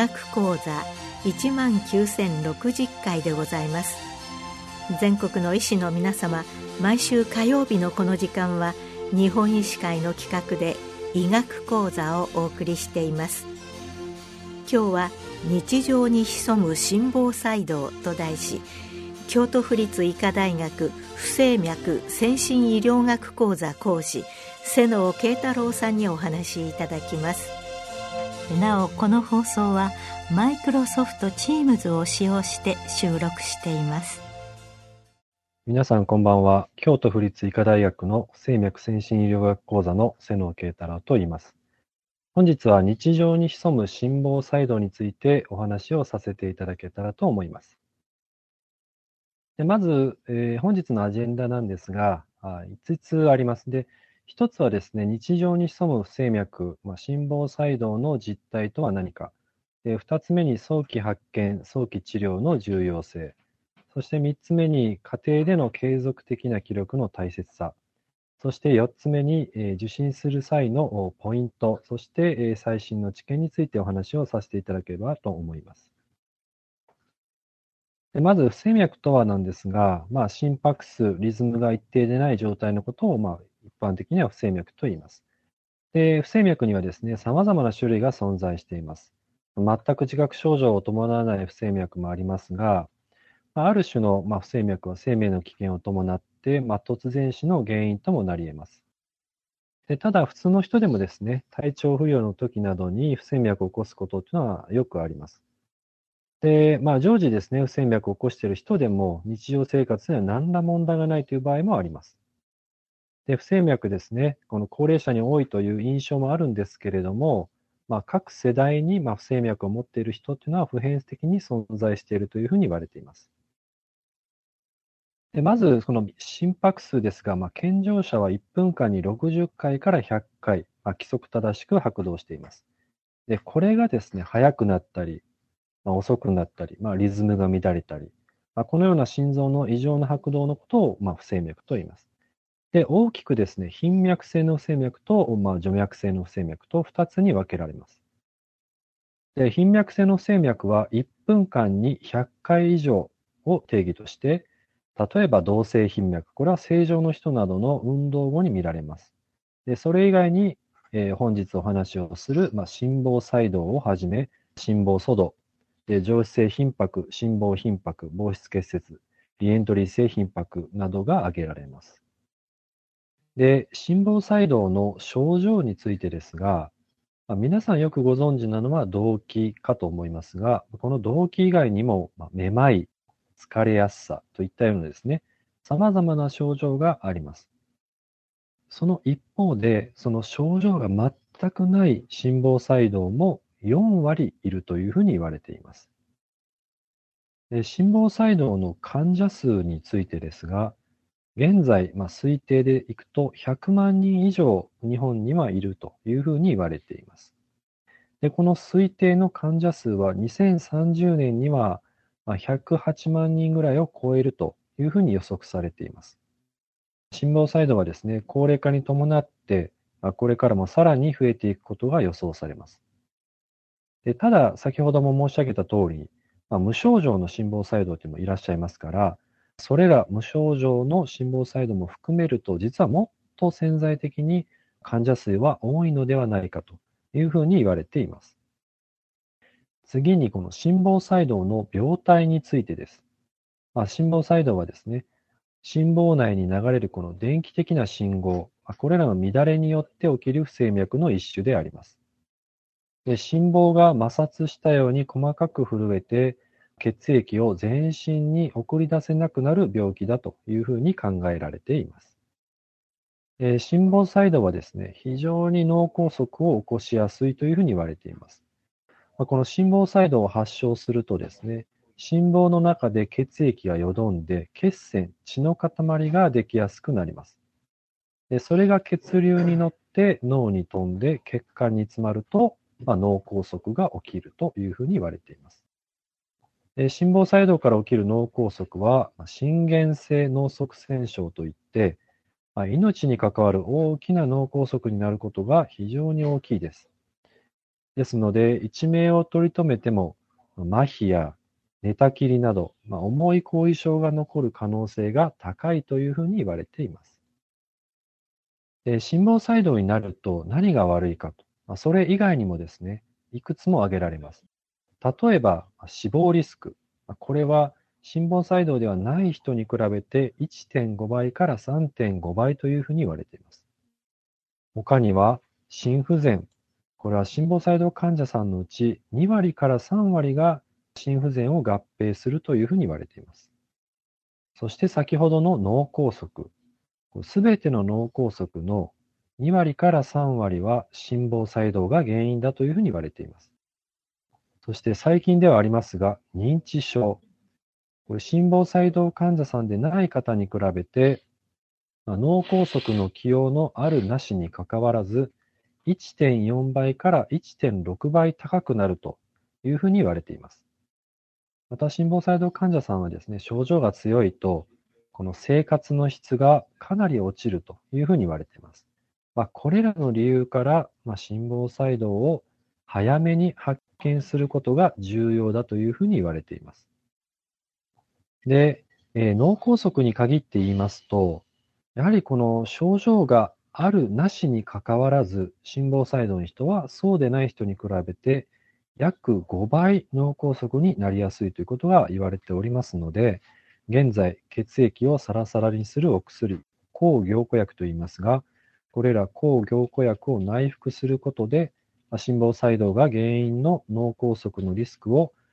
学講座19060回でございます。全国の医師の皆様、毎週火曜日のこの時間は日本医師会の企画で医学講座をお送りしています。今日は日常に潜む心房細動と題し、京都府立医科大学不整脈先進医療学講座講師瀬能慶太郎さんにお話しいただきます。なお、この放送はマイクロソフト Teams を使用して収録しています。 皆さんこんばんは。京都府立医科大学の不整脈先進医療学講座の瀬能慶太郎と言います。本日は日常に潜む心房細動についてお話をさせていただけたらと思います。でまず、本日のアジェンダなんですが、5つあります。で、1つはですね、日常に潜む不整脈、心房細動の実態とは何か。で、2つ目に早期発見、早期治療の重要性。そして3つ目に家庭での継続的な記録の大切さ。そして4つ目に、受診する際のポイント、そして、最新の知見についてお話をさせていただければと思います。でまず、不整脈とはなんですが、心拍数、リズムが一定でない状態のことを、一般的には不整脈と言います。で、不整脈にはですね、様々な種類が存在しています。全く自覚症状を伴わない不整脈もありますが、ある種の不整脈は生命の危険を伴って、突然死の原因ともなり得ます。でただ、普通の人でもですね、体調不良の時などに不整脈を起こすことというのはよくあります。で、常時ですね、不整脈を起こしている人でも日常生活には何ら問題がないという場合もあります。で、不整脈ですね、この高齢者に多いという印象もあるんですけれども、各世代に不整脈を持っている人というのは普遍的に存在しているというふうに言われています。でまず、その心拍数ですが、健常者は1分間に60回から100回、規則正しく拍動しています。で、これがですね、速くなったり、遅くなったり、リズムが乱れたり、このような心臓の異常な拍動のことを、不整脈と言います。で、大きくですね、頻脈性の不整脈と、徐脈性の不整脈と2つに分けられます。で、頻脈性の不整脈は1分間に100回以上を定義として、例えば動静頻脈、これは正常の人などの運動後に見られます。で、それ以外に、本日お話をする、心房細動をはじめ、心房粗動、で上皮性頻拍、心房頻拍、房室結節、リエントリー性頻拍などが挙げられます。で、心房細動の症状についてですが、皆さんよくご存知なのは動悸かと思いますが、この動悸以外にも、めまい、疲れやすさといったようなですね、様々な症状があります。その一方で、その症状が全くない心房細動も4割いるというふうに言われています。で心房細動の患者数についてですが、現在、推定でいくと100万人以上日本にはいるというふうに言われています。で、この推定の患者数は2030年には108万人ぐらいを超えるというふうに予測されています。心房細動はですね、高齢化に伴って、これからもさらに増えていくことが予想されます。でただ、先ほども申し上げた通り、無症状の心房細動というのもいらっしゃいますから、それら無症状の心房細動も含めると、実はもっと潜在的に患者数は多いのではないかというふうに言われています。次に、この心房細動の病態についてです。心房細動はですね、心房内に流れるこの電気的な信号、これらの乱れによって起きる不整脈の一種であります。で心房が摩擦したように細かく震えて、血液を全身に送り出せなくなる病気だというふうに考えられています。心房細動はですね、非常に脳梗塞を起こしやすいというふうに言われています。この心房細動を発症するとですね、心房の中で血液がよどんで、血栓、血の塊ができやすくなります。でそれが血流に乗って脳に飛んで血管に詰まると、脳梗塞が起きるというふうに言われています。心房細動から起きる脳梗塞は、心原性脳塞栓症といって、命に関わる大きな脳梗塞になることが非常に大きいです。 ですので、一命を取り留めても、麻痺や寝たきりなど、重い後遺症が残る可能性が高いというふうに言われています。で、心房細動になると何が悪いかと、それ以外にもですね、いくつも挙げられます。例えば、死亡リスク。これは心房細動ではない人に比べて1.5倍から3.5倍というふうに言われています。他には、心不全。これは心房細動患者さんのうち2割から3割が心不全を合併するというふうに言われています。そして先ほどの脳梗塞。すべての脳梗塞の2割から3割は心房細動が原因だというふうに言われています。そして最近ではありますが、認知症。これ心房細動患者さんでない方に比べて、脳梗塞の起用のあるなしにかかわらず、1.4倍から1.6倍高くなるというふうに言われています。また、心房細動患者さんはですね、症状が強いと、この生活の質がかなり落ちるというふうに言われています。これらの理由から、心房細動を早めに発見することが重要だというふうに言われています。で、脳梗塞に限って言いますと、やはりこの症状があるなしにかかわらず、心房細動の人はそうでない人に比べて、約5倍脳梗塞になりやすいということが言われておりますので、現在、血液をサラサラにするお薬、抗凝固薬と言いますが、これら抗凝固薬を内服することで、心房細動が原因の脳梗塞のリスクを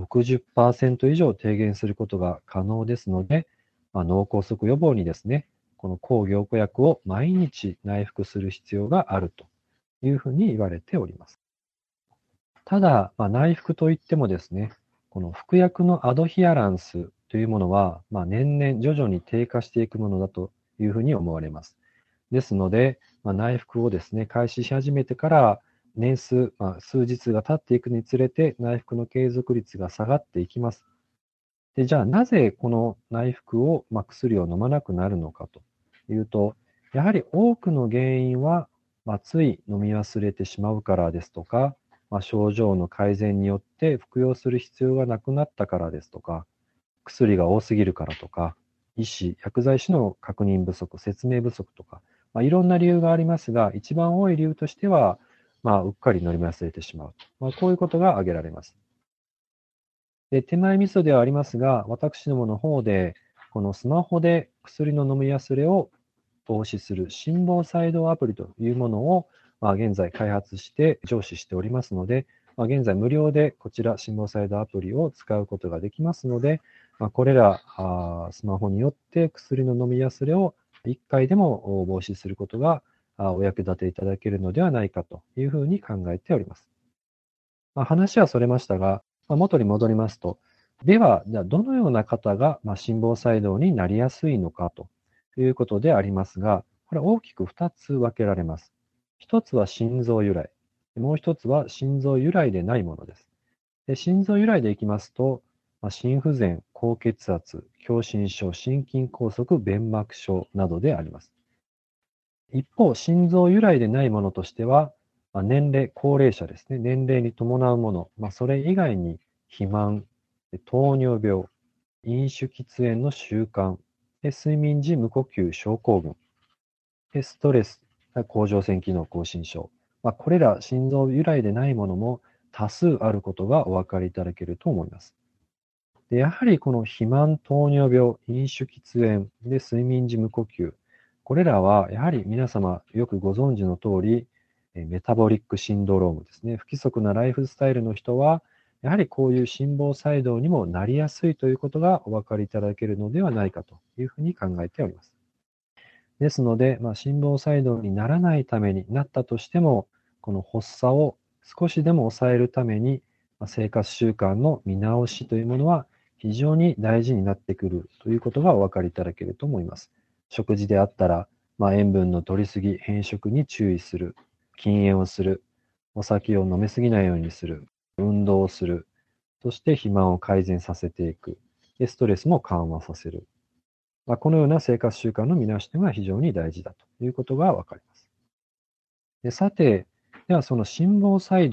60%以上低減することが可能ですので、脳梗塞予防にですね、この抗凝固薬を毎日内服する必要があるというふうに言われております。ただ、内服といってもですね、この服薬のアドヒアランスというものは、年々徐々に低下していくものだというふうに思われます。ですので、内服をですね、開始し始めてから年数、数日が経っていくにつれて内服の継続率が下がっていきます。で、じゃあなぜこの内服を、薬を飲まなくなるのかというと、やはり多くの原因は、つい飲み忘れてしまうからですとか、症状の改善によって服用する必要がなくなったからですとか、薬が多すぎるからとか、医師、薬剤師の確認不足、説明不足とか、いろんな理由がありますが、一番多い理由としては、うっかり飲み忘れてしまう。こういうことが挙げられます。で、手前味噌ではありますが、私どもの方で、このスマホで薬の飲み忘れを防止する心房細動アプリというものを、現在開発して上司しておりますので、現在無料でこちら心房細動アプリを使うことができますので、これらスマホによって薬の飲み忘れを1回でも防止することがお役立ていただけるのではないかというふうに考えております。話はそれましたが、元に戻りますと、では、じゃあどのような方が、心房細動になりやすいのかということでありますが、これは大きく2つ分けられます。1つは心臓由来、もう1つは心臓由来でないものです。で、心臓由来でいきますと、心不全、高血圧、狭心症、心筋梗塞、弁膜症などであります。一方、心臓由来でないものとしては、年齢、高齢者ですね。年齢に伴うもの、それ以外に肥満、糖尿病、飲酒喫煙の習慣、睡眠時無呼吸症候群、ストレス、甲状腺機能亢進症。これら心臓由来でないものも多数あることがお分かりいただけると思います。で、やはりこの肥満、糖尿病、飲酒喫煙、睡眠時無呼吸、これらはやはり皆様よくご存知の通り、メタボリックシンドロームですね。不規則なライフスタイルの人は、やはりこういう心房細動にもなりやすいということがお分かりいただけるのではないかというふうに考えております。ですので、心房細動にならないためになったとしても、この発作を少しでも抑えるために、生活習慣の見直しというものは非常に大事になってくるということがお分かりいただけると思います。食事であったら、塩分の摂りすぎ、偏食に注意する、禁煙をする、お酒を飲みすぎないようにする、運動をする、そして肥満を改善させていく、ストレスも緩和させる。このような生活習慣の見直しというのが非常に大事だということがわかります。さて、ではその心房細動、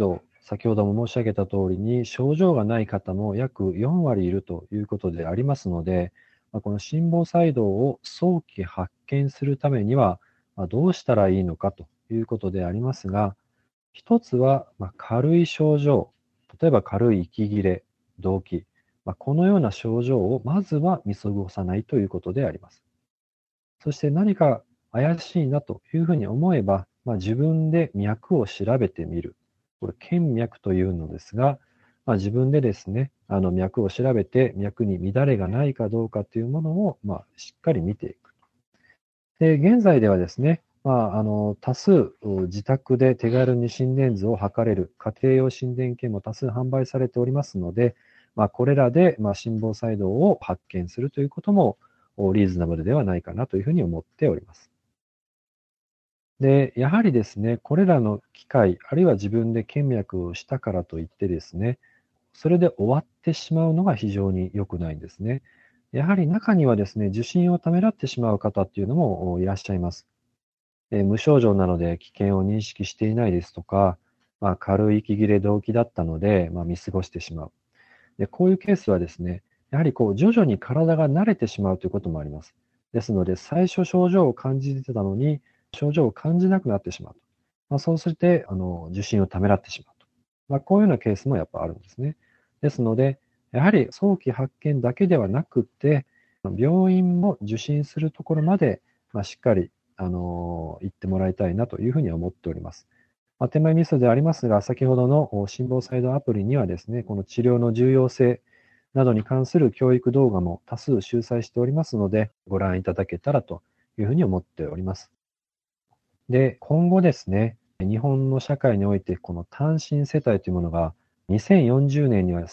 先ほども申し上げた通りに、症状がない方も約4割いるということでありますので、この心房細動を早期発見するためには、どうしたらいいのかということでありますが、一つは軽い症状、例えば軽い息切れ、動悸、このような症状をまずは見過ごさないということであります。そして何か怪しいなというふうに思えば、自分で脈を調べてみる。これ、検脈というのですが、自分でですね、脈を調べて、脈に乱れがないかどうかというものを、しっかり見ていく。で、現在ではですね、多数、自宅で手軽に心電図を測れる家庭用心電計も多数販売されておりますので、これらで、心房細動を発見するということも、リーズナブルではないかなというふうに思っております。で、やはりですね、これらの機械、あるいは自分で検脈をしたからといってですね、それで終わってしまうのが非常に良くないんですね。やはり中にはですね、受診をためらってしまう方っていうのもいらっしゃいます。無症状なので危険を認識していないですとか、軽い息切れ動悸だったので、見過ごしてしまう。で、こういうケースはですね、やはり徐々に体が慣れてしまうということもあります。ですので、最初症状を感じてたのに、症状を感じなくなってしまうと。そうすると、受診をためらってしまうと。こういうようなケースもやっぱあるんですね。ですので、やはり早期発見だけではなくて、病院も受診するところまで、しっかり、行ってもらいたいなというふうに思っております。手前味噌でありますが、先ほどの心房細動アプリにはですね、この治療の重要性などに関する教育動画も多数収載しておりますので、ご覧いただけたらというふうに思っております。で、今後ですね、日本の社会においてこの単身世帯というものが2040年には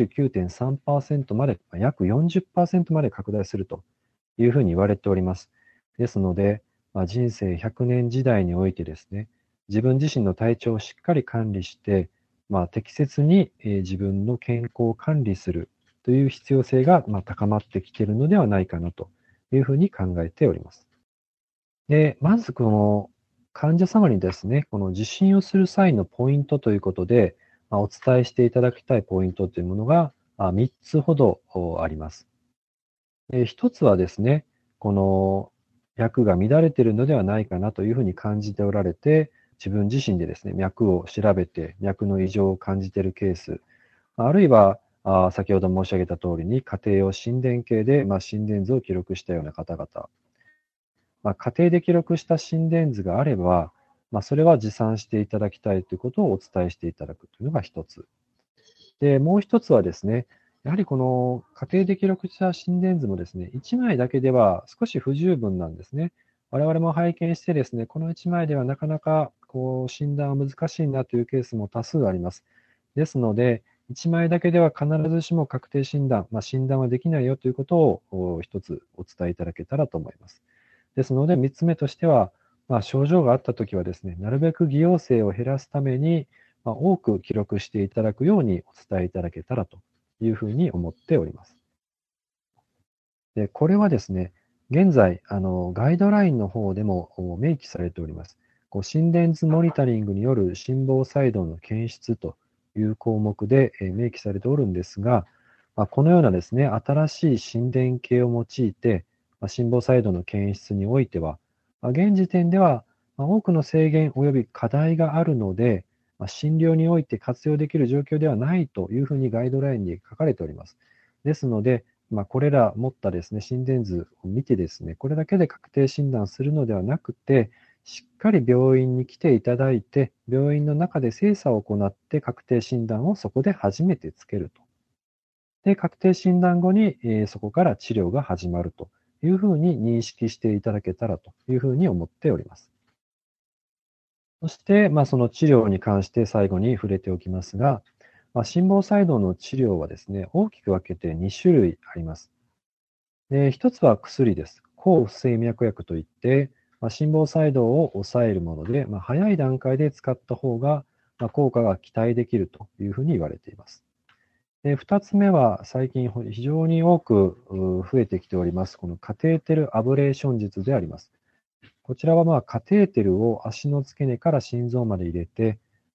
39.3% まで、約40%まで拡大するというふうに言われております。ですので、人生100年時代においてですね、自分自身の体調をしっかり管理して、適切に自分の健康を管理するという必要性が高まってきているのではないかなというふうに考えております。で、まずこの患者様にですね、この受診をする際のポイントということで、お伝えしていただきたいポイントというものが3つほどあります。1つはですね、この脈が乱れているのではないかなというふうに感じておられて、自分自身でですね、脈を調べて、脈の異常を感じているケース、あるいは、先ほど申し上げた通りに、家庭用心電計で、心電図を記録したような方々、家庭で記録した心電図があれば、それは持参していただきたいということをお伝えしていただくというのが一つ。で、もう一つはですね、やはりこの家庭で記録した心電図もですね、1枚だけでは少し不十分なんですね。我々も拝見してですね、この1枚ではなかなか診断は難しいなというケースも多数あります。ですので、1枚だけでは必ずしも確定診断、診断はできないよということを一つお伝えいただけたらと思います。ですので、3つ目としては、症状があったときはですね、なるべく偽陽性を減らすために、多く記録していただくようにお伝えいただけたらというふうに思っております。で、これはですね、現在、ガイドラインの方でも明記されております。心電図モニタリングによる心房細動の検出という項目で明記されておるんですが、このようなですね、新しい心電計を用いて、心房細動の検出においては、現時点では多くの制限及び課題があるので、診療において活用できる状況ではないというふうにガイドラインに書かれております。ですので、これら持ったですね、心電図を見てですね、これだけで確定診断するのではなくて、しっかり病院に来ていただいて、病院の中で精査を行って確定診断をそこで初めてつけると。で、確定診断後に、そこから治療が始まるというふうに認識していただけたらというふうに思っております。そして、その治療に関して最後に触れておきますが、心房細動の治療はですね、大きく分けて2種類あります。で、一つは薬です。抗不整脈薬といって、心房細動を抑えるもので、早い段階で使った方が、効果が期待できるというふうに言われています。で、二つ目は最近非常に多く増えてきております、このカテーテルアブレーション術であります。こちらはカテーテルを足の付け根から心臓まで入れて、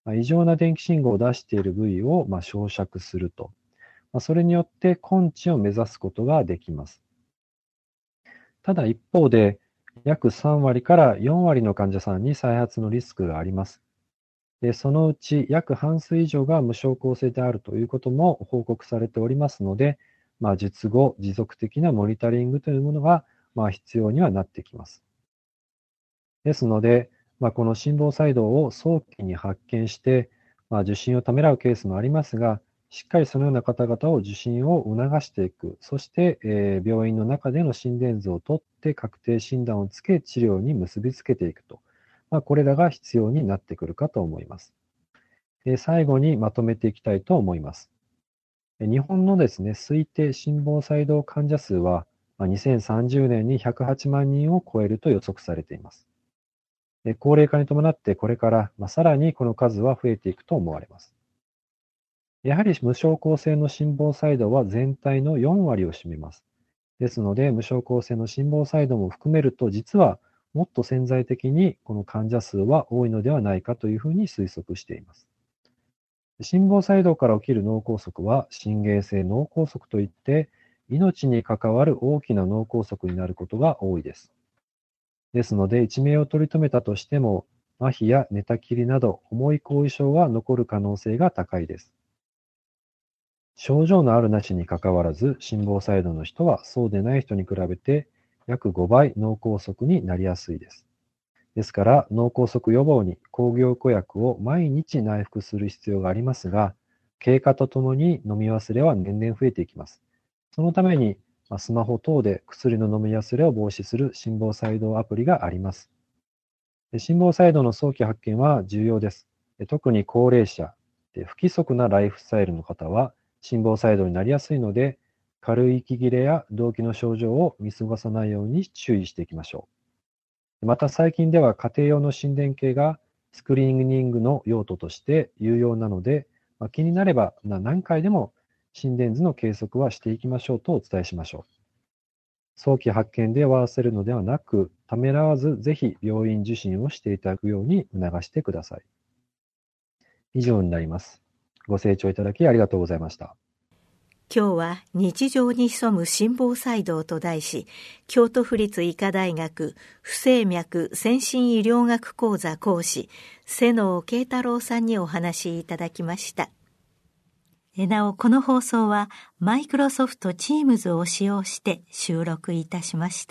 異常な電気信号を出している部位を焼灼すると。それによって根治を目指すことができます。ただ一方で、約3割から4割の患者さんに再発のリスクがあります。で、そのうち約半数以上が無症候性であるということも報告されておりますので、術後持続的なモニタリングというものが必要にはなってきます。ですので、この心房細動を早期に発見して、受診をためらうケースもありますが、しっかりそのような方々を受診を促していく、そして、病院の中での心電図を取って確定診断をつけ、治療に結びつけていくと、これらが必要になってくるかと思います。最後にまとめていきたいと思います。日本のですね、推定心房細動患者数は、2030年に108万人を超えると予測されています。高齢化に伴ってこれからさらにこの数は増えていくと思われます。やはり無症候性の心房細動は全体の4割を占めます。ですので、無症候性の心房細動も含めると、実はもっと潜在的にこの患者数は多いのではないかというふうに推測しています。心房細動から起きる脳梗塞は心原性脳梗塞といって、命に関わる大きな脳梗塞になることが多いです。ですので、一命を取り留めたとしても、麻痺や寝たきりなど重い後遺症が残る可能性が高いです。症状のあるなしにかかわらず、心房細動の人はそうでない人に比べて約5倍脳梗塞になりやすいです。ですから、脳梗塞予防に抗凝固薬を毎日内服する必要がありますが、経過とともに飲み忘れは年々増えていきます。そのために、スマホ等で薬の飲み忘れを防止する心房細動アプリがあります。心房細動の早期発見は重要です。特に高齢者、不規則なライフスタイルの方は心房細動になりやすいので、軽い息切れや動悸の症状を見過ごさないように注意していきましょう。また最近では家庭用の心電計がスクリーニングの用途として有用なので、気になれば何回でも心電図の計測はしていきましょうとお伝えしましょう。早期発見で終わらせるのではなく、ためらわずぜひ病院受診をしていただくように促してください。以上になります。ご清聴いただきありがとうございました。 今日は日常に潜む心房細動と題し、京都府立医科大学不整脈先進医療学講座講師、瀬能慶太郎さんにお話しいただきました。なお、この放送はマイクロソフト Teams を使用して収録いたしました。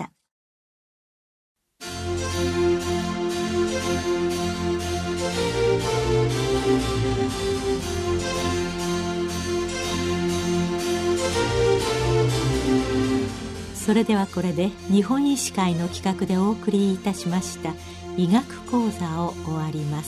それではこれで日本医師会の企画でお送りいたしました医学講座を終わります。